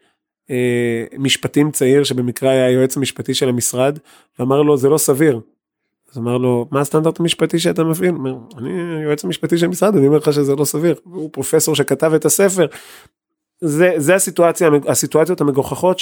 משפטים צעיר, שבמקרה היה היועץ המשפטי של המשרד, ואמר לו, זה לא סביר. אז אמר לו, מה הסטנדרט המשפטי שאתה מפעיל? אומר, אני היועץ המשפטי של המשרד, אני אומר לך שזה לא סביר. הוא פרופסור שכתב את הספר. זה הסיטואציות המגוחכות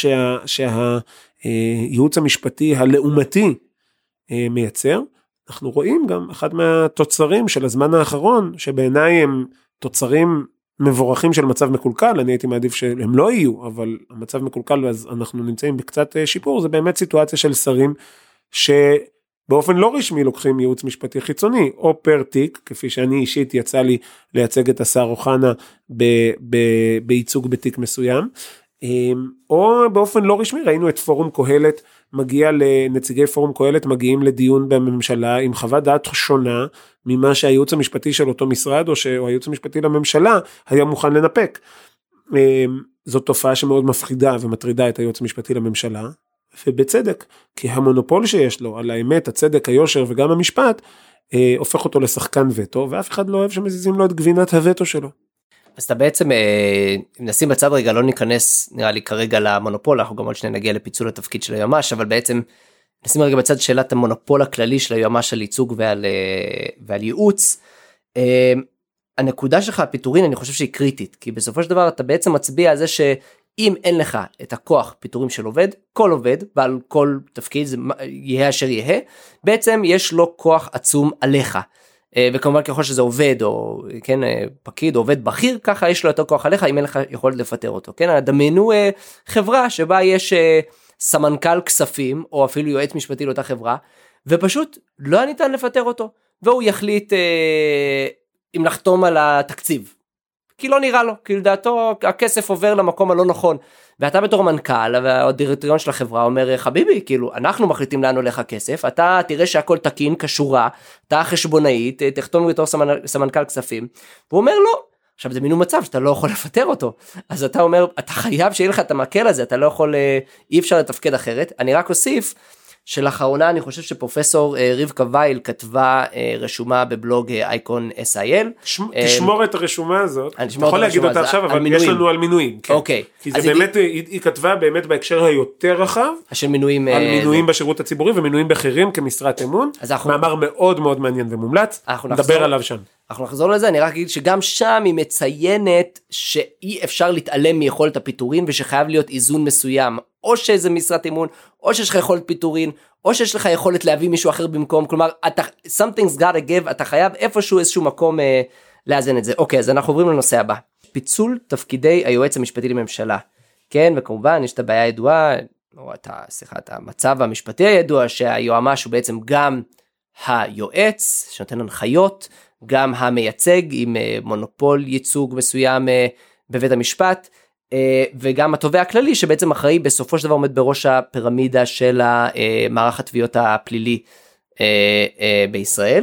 שהייעוץ המשפטי הלאומתי מייצר. אנחנו רואים גם אחד מהתוצרים של הזמן האחרון, שבעיניי הם תוצרים מבורכים של מצב מקולקל, אני הייתי מעדיף שהם לא יהיו, אבל המצב מקולקל, אז אנחנו נמצאים בקצת שיפור, זה באמת סיטואציה של שרים, שבאופן לא רשמי לוקחים ייעוץ משפטי חיצוני, או פר תיק, כפי שאני אישית יצא לי לייצג את השר אוחנה, בייצוג בתיק מסוים, או באופן לא רשמי, ראינו את פורום קהלת, נציגי פורום קהלת מגיעים לדיון בממשלה עם חוות דעת שונה ממה שהייעוץ המשפטי של אותו משרד או הייעוץ המשפטי לממשלה היה מוכן לנפק. זאת תופעה שמאוד מפחידה ומטרידה את הייעוץ המשפטי לממשלה, ובצדק, כי המונופול שיש לו על האמת, הצדק, היושר וגם המשפט, הופך אותו לשחקן וטו, ואף אחד לא אוהב שמזיזים לו את גבינת הווטו שלו. אז אתה בעצם, אם נשים בצד רגע, לא ניכנס נראה לי כרגע למונופול, אנחנו גם עוד שנייה נגיע לפיצול התפקיד של היועמ"ש, אבל בעצם נשים רגע בצד שאלת המונופול הכללי של היועמ"ש על ייצוג ועל ייעוץ. הנקודה שלך, הפיטורין, אני חושב שהיא קריטית, כי בסופו של דבר אתה בעצם מצביע על זה שאם אין לך את הכוח פיטורים של עובד, כל עובד, ועל כל תפקיד, זה יהיה אשר יהיה, בעצם יש לו כוח עצום עליך. וכמובן ככל שזה עובד או כן פקיד או עובד בכיר, ככה יש לו יותר כוח עליך אם אין לך יכולת לפטר אותו. כן, דמיינו חברה שבה יש סמנכ"ל כספים או אפילו יועץ משפטי לאותה חברה, ופשוט לא ניתן לפטר אותו, והוא יחליט אם לחתום על התקציב, כי לא נראה לו, כי לדעתו הכסף עובר למקום הלא נכון, ואתה בתור מנכ"ל והדירקטוריון של החברה אומר, חביבי, כאילו אנחנו מחליטים לאן הולך הכסף, אתה תראה שהכל תקין, כשורה, אתה חשבונאית, תחתום בתור סמנכ"ל כספים, והוא אומר לא, עכשיו זה מינו מצב שאתה לא יכול לפטר אותו, אז אתה אומר, אתה חייב שיהיה לך את המקל הזה, אתה לא יכול, אי אפשר לתפקד אחרת. אני רק אוסיף, שלאחרונה אני חושב שפרופסור רבקה וייל כתבה רשומה בבלוג אייקון SIL. תשמור את הרשומה הזאת, אתה יכול להגיד אותה עכשיו, אבל יש לנו על מינויים. אוקיי. כי זה באמת, היא כתבה באמת בהקשר היותר רחב, של מינויים, על מינויים בשירות הציבורי ומינויים בכירים כמשרת אמון, מאמר מאוד מאוד מעניין ומומלץ, נדבר עליו שם. אנחנו נחזור לזה, אני רק אגיד שגם שם היא מציינת שאי אפשר להתעלם מיכולת הפיטורין, ושחייב להיות איזון מסוים, או שזה משרת אמון, או שיש לך יכולת פיטורין, או שיש לך יכולת להביא מישהו אחר במקום, כלומר, something's gotta give, אתה חייב איפשהו איזשהו מקום לאזן את זה. אוקיי, אז אנחנו עוברים לנושא הבא. פיצול תפקידי היועץ המשפטי לממשלה. כן, וכמובן, יש את הבעיה הידועה, או את המצב המשפטי הידוע, שהיועמ"ש הוא בעצם גם היועץ, שנותן הנחיות, גם המייצג עם מונופול ייצוג מסוים בבית המשפט, וגם התובע הכללי שבעצם אחראי בסופו של דבר עומד בראש הפירמידה של מערך התביעות הפלילי בישראל.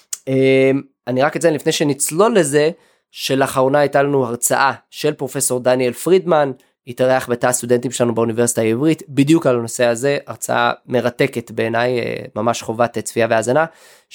אני רק אציין לפני שנצלול לזה, שלאחרונה הייתה לנו הרצאה של פרופסור דניאל פרידמן, התארח בתא הסטודנטים שלנו באוניברסיטה העברית, בדיוק על הנושא הזה, הרצאה מרתקת בעיניי, ממש חובת צפייה והאזנה,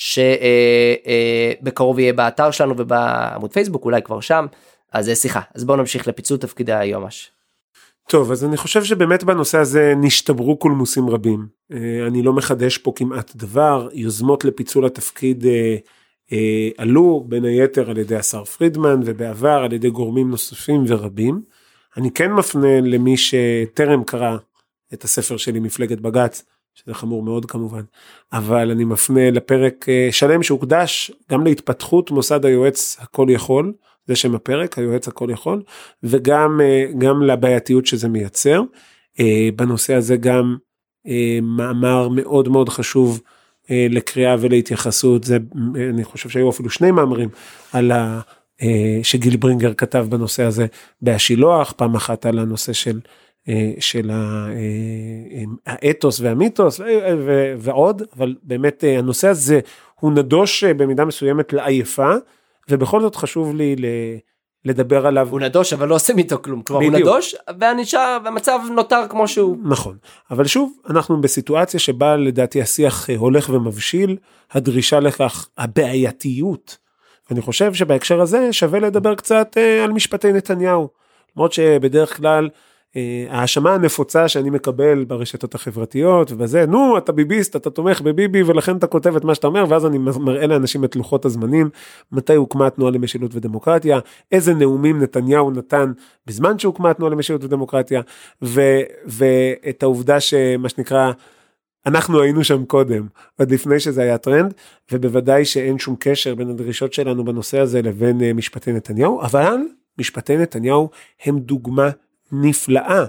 שבקרוב יהיה באתר שלנו ובעמוד פייסבוק, אולי כבר שם, אז שיחה. אז בואו נמשיך לפיצול תפקידי היועמ"ש. טוב, אז אני חושב שבאמת בנושא הזה נשתברו קולמוסים רבים, אני לא מחדש פה כמעט דבר, יוזמות לפיצול התפקיד עלו בין היתר על ידי השר פרידמן, ובעבר על ידי גורמים נוספים ורבים, אני כן מפנה למי שטרם קרא את הספר שלי מפלגת בג"ץ, שזה חמור מאוד כמובן, אבל אני מפנה לפרק שלם שהוקדש גם להתפתחות מוסד היועץ הכל יכול, זה שם הפרק, היועץ הכל יכול, וגם לבעייתיות שזה מייצר. בנושא הזה גם מאמר מאוד מאוד חשוב לקריאה ולהתייחסות, זה, אני חושב שהיו אפילו שני מאמרים על שגיל ברינגר כתב בנושא הזה בהשילוח, פעם אחת על הנושא של האתוס והמיתוס ועוד, אבל באמת הנושא הזה הוא נדוש במידה מסוימת לעייפה, ובכל זאת חשוב לי לדבר עליו. הוא נדוש אבל לא עושה איתו כלום, כלומר הוא נדוש והמצב נותר כמו שהוא. נכון, אבל שוב אנחנו בסיטואציה שבה לדעתי השיח הולך ומבשיל, הדרישה לכך, הבעייתיות, ואני חושב שבהקשר הזה שווה לדבר קצת על משפטי נתניהו, למרות שבדרך כלל האשמה הנפוצה שאני מקבל ברשתות החברתיות ובזה, נו אתה ביביסט, אתה תומך בביבי ולכן אתה כותב את מה שאתה אומר, ואז אני מראה לאנשים את לוחות הזמנים, מתי הוקמה התנועה למשילות ודמוקרטיה, איזה נאומים נתניהו נתן בזמן שהוקמה התנועה למשילות ודמוקרטיה, ואת העובדה שמה שנקרא, אנחנו היינו שם קודם, עוד לפני שזה היה טרנד, ובוודאי שאין שום קשר בין הדרישות שלנו בנושא הזה לבין משפטי נתניהו, אבל משפטי נתניהו הם דוגמה נפלאה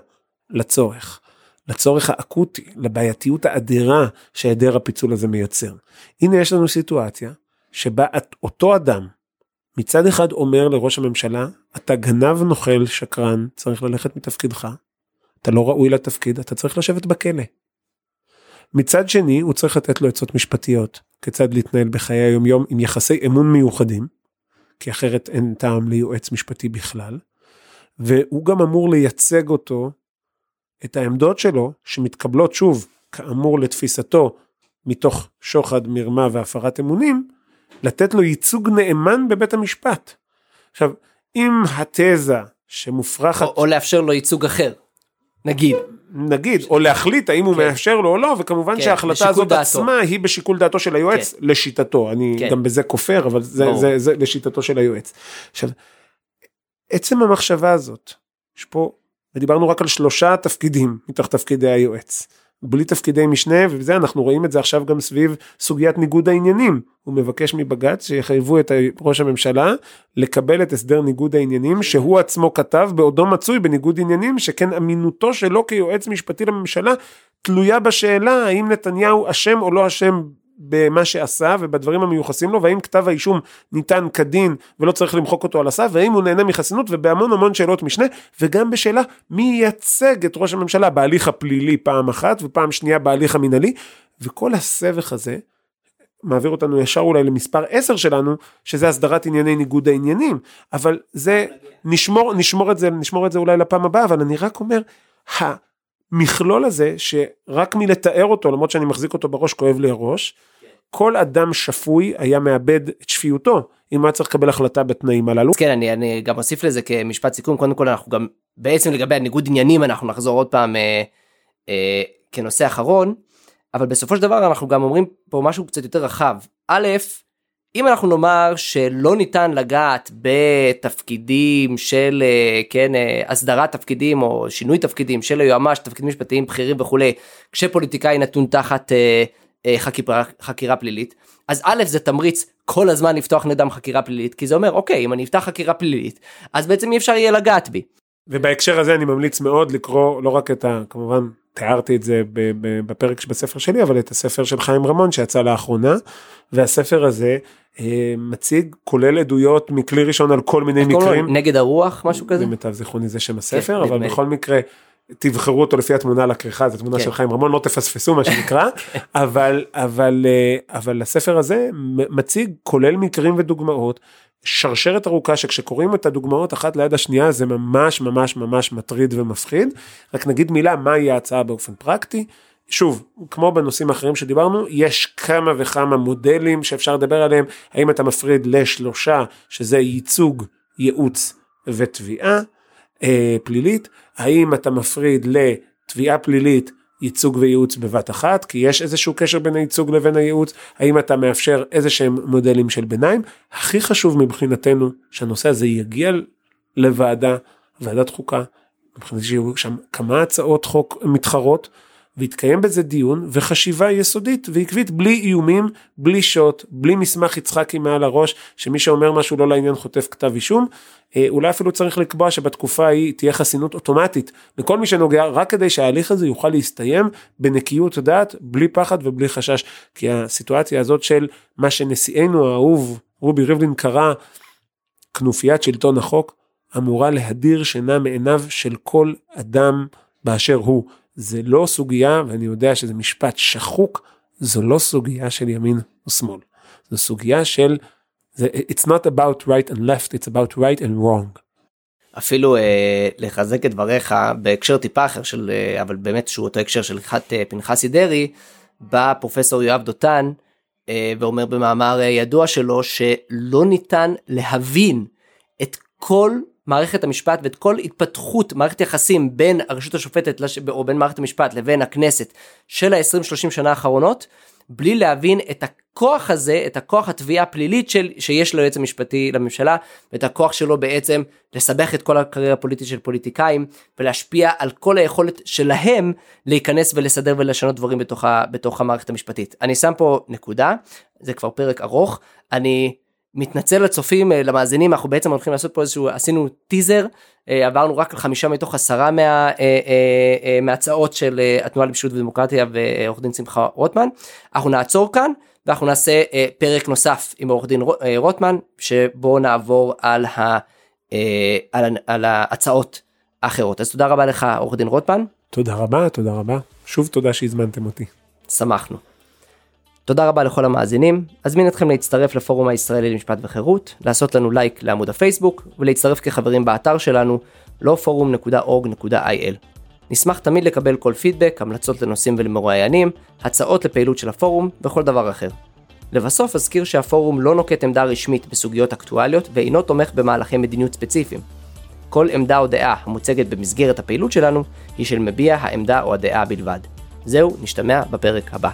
לצורך האקוטי, לבעייתיות האדירה שהיעדר הפיצול הזה מייצר. הנה יש לנו סיטואציה שבה אותו אדם מצד אחד אומר לראש הממשלה, אתה גנב נוכל שקרן, צריך ללכת מתפקידך, אתה לא ראוי לתפקיד, אתה צריך לשבת בכלא. מצד שני הוא צריך לתת לו עצות משפטיות, כיצד להתנהל בחיי היום יום עם יחסי אמון מיוחדים, כי אחרת אין טעם ליועץ משפטי בכלל, והוא גם אמור לייצג אותו, את העמדות שלו, שמתקבלות שוב, כאמור לתפיסתו, מתוך שוחד, מרמה והפרת אמונים, לתת לו ייצוג נאמן בבית המשפט. עכשיו, אם התזה שמופרכת... או לאפשר לו ייצוג אחר, נגיד, או להחליט האם הוא מאפשר לו או לא, וכמובן שההחלטה הזאת עצמה היא בשיקול דעתו של היועץ, לשיטתו, אני גם בזה כופר, אבל זה לשיטתו של היועץ. עכשיו, עצם המחשבה הזאת, יש פה, ודיברנו רק על 3 תפקידים, מתוך תפקידי היועץ, בלי תפקידי משנה, ובזה אנחנו רואים את זה עכשיו גם סביב סוגיית ניגוד העניינים, הוא מבקש מבג"ץ שיחייבו את ראש הממשלה, לקבל את הסדר ניגוד העניינים, שהוא עצמו כתב בעודו מצוי בניגוד עניינים, שכן אמינותו שלו כיועץ משפטי לממשלה, תלויה בשאלה האם נתניהו אשם או לא אשם במה שעשה ובדברים המיוחסים לו, והאם כתב האישום ניתן כדין ולא צריך למחוק אותו על הסף, והאם הוא נהנה מחסינות, ובהמון שאלות משנה, וגם בשאלה מי ייצג את ראש הממשלה בהליך הפלילי פעם אחת, ופעם שנייה בהליך המנהלי, וכל הסבך הזה מעביר אותנו ישר אולי למספר 10 שלנו, שזה הסדרת ענייני ניגוד העניינים, אבל זה, נשמור את זה אולי לפעם הבאה, אבל אני רק אומר, המכלול הזה, שרק מלתאר אותו, למרות שאני מחזיק אותו בראש, כואב לי הראש, כל אדם שפוי היה מאבד את שפיותו, אם היה צריך לקבל החלטה בתנאים הללו. כן, אני גם אוסיף לזה כמשפט סיכום, קודם כל אנחנו גם, בעצם לגבי הניגוד עניינים, אנחנו נחזור עוד פעם כנושא אחרון, אבל בסופו של דבר אנחנו גם אומרים פה משהו קצת יותר רחב. א', אם אנחנו נאמר שלא ניתן לגעת בתפקידים של, כן, הסדרת תפקידים או שינוי תפקידים של היועמ"ש, תפקידים משפטיים בכירים וכו', כשפוליטיקאי נתון תחת חקירה פלילית, אז א', זה תמריץ כל הזמן לפתוח נגדם חקירה פלילית, כי זה אומר, אוקיי, אם אני אפתח חקירה פלילית, אז בעצם אי אפשר יהיה לגעת בי. ובהקשר הזה אני ממליץ מאוד לקרוא, לא רק את כמובן, תיארתי את זה בפרק בספר שלי, אבל את הספר של חיים רמון שיצא לאחרונה, והספר הזה מציג, כולל עדויות מכלי ראשון על כל מיני מקרים. נגד הרוח, משהו כזה? במיטב זיכרוני זה שם הספר, אבל בכל מקרה, תבחרו אותו לפי התמונה לקריחה, זו תמונה של חיים רמון, לא תפספסו מה שנקרא, אבל הספר הזה מציג, כולל מקרים ודוגמאות, שרשרת ארוכה שכשקוראים את הדוגמאות אחת ליד השנייה, זה ממש מטריד ומפחיד. רק נגיד מילה, מהי ההצעה באופן פרקטי? שוב, כמו בנושאים אחרים שדיברנו, יש כמה וכמה מודלים שאפשר לדבר עליהם, האם אתה מפריד ל3, שזה ייצוג, ייעוץ ותביעה פלילית, האם אתה מפריד לתביעה פלילית, ייצוג וייעוץ בבת אחת, כי יש איזשהו קשר בין הייצוג לבין הייעוץ, האם אתה מאפשר איזשהם מודלים של ביניים, הכי חשוב מבחינתנו, שהנושא הזה יגיע לוועדת חוקה, מבחינתי שיהיו שם כמה הצעות חוק מתחרות, והתקיים בזה דיון וחשיבה יסודית ועקבית, בלי איומים, בלי שוט, בלי מסמך יצחקי מעל הראש, שמי שאומר משהו לא לעניין חוטף כתב אישום, אולי אפילו צריך לקבוע שבתקופה ההיא תהיה חסינות אוטומטית, לכל מי שנוגע, רק כדי שההליך הזה יוכל להסתיים בנקיות דעת, בלי פחד ובלי חשש, כי הסיטואציה הזאת של מה שנשיאנו האהוב, רובי ריבלין קרא, כנופיית שלטון החוק, אמורה להדיר שינה מעיניו של כל אדם באשר הוא. זה לא סוגיה, ואני יודע שזה משפט שחוק, זו לא סוגיה של ימין או שמאל. זו סוגיה של, it's not about right and left, it's about right and wrong. אפילו לחזק את דבריך, בהקשר טיפה אחר של, אבל באמת שהוא אותו הקשר של הלכת פנחסי דרעי, בא פרופסור יואב דותן, ואומר במאמר ידוע שלו, שלא ניתן להבין את כל מערכת המשפט ואת כל התפתחות מערכת יחסים בין הרשות השופטת או בין מערכת המשפט לבין הכנסת של ה-20-30 שנה האחרונות, בלי להבין את הכוח הזה, את הכוח התביעה הפלילית שיש ליועץ המשפטי לממשלה, ואת הכוח שלו בעצם לסבך את כל הקריירה הפוליטית של פוליטיקאים, ולהשפיע על כל היכולת שלהם להיכנס ולסדר ולשנות דברים בתוך המערכת המשפטית. אני שם פה נקודה, זה כבר פרק ארוך, אני מתנצל לצופים, למאזינים, אנחנו בעצם הולכים לעשות פה איזשהו, עשינו טיזר, עברנו רק 5 מתוך 10 מהצעות של התנועה למשילות ודמוקרטיה ועורך דין שמחה רוטמן. אנחנו נעצור כאן, ואנחנו נעשה פרק נוסף עם עורך דין רוטמן, שבו נעבור על ההצעות האחרות. אז תודה רבה לך עורך דין רוטמן. תודה רבה. שוב תודה שהזמנתם אותי. שמחנו. תודה רבה לכל המאזינים, אזמין אתכם להצטרף לפורום הישראלי למשפט וחירות, לעשות לנו לייק לעמוד הפייסבוק, ולהצטרף כחברים באתר שלנו, lawforum.org.il. נשמח תמיד לקבל כל פידבק, המלצות לנושאים ולמרואיינים, הצעות לפעילות של הפורום, וכל דבר אחר. לבסוף אזכיר שהפורום לא נוקט עמדה רשמית בסוגיות אקטואליות ואינו תומך במהלכי מדיניות ספציפיים. כל עמדה או דעה המוצגת במסגרת הפעילות שלנו היא של מביע העמדה או הדעה בלבד. זהו, נשתמע בפרק הבא.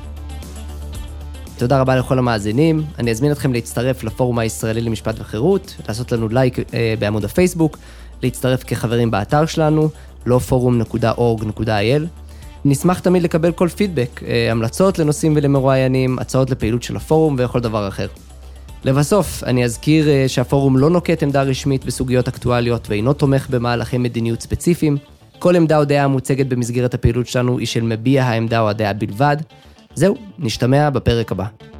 תודה רבה לכל המאזינים, אני אזמין אתכם להצטרף לפורום הישראלי למשפט וחירות, לעשות לנו לייק בעמוד הפייסבוק, להצטרף כחברים באתר שלנו, lawforum.org.il. נשמח תמיד לקבל כל פידבק, המלצות לנושאים ולמרואיינים, הצעות לפעילות של הפורום וכל דבר אחר. לבסוף, אני אזכיר שהפורום לא נוקט עמדה רשמית בסוגיות אקטואליות ואינו תומך במהלכי מדיניות ספציפיים. כל עמדה או דעה המוצגת במסגרת הפעילות שלנו היא של מביע העמדה או הדעה בלבד. זהו, נשתמע בפרק הבא.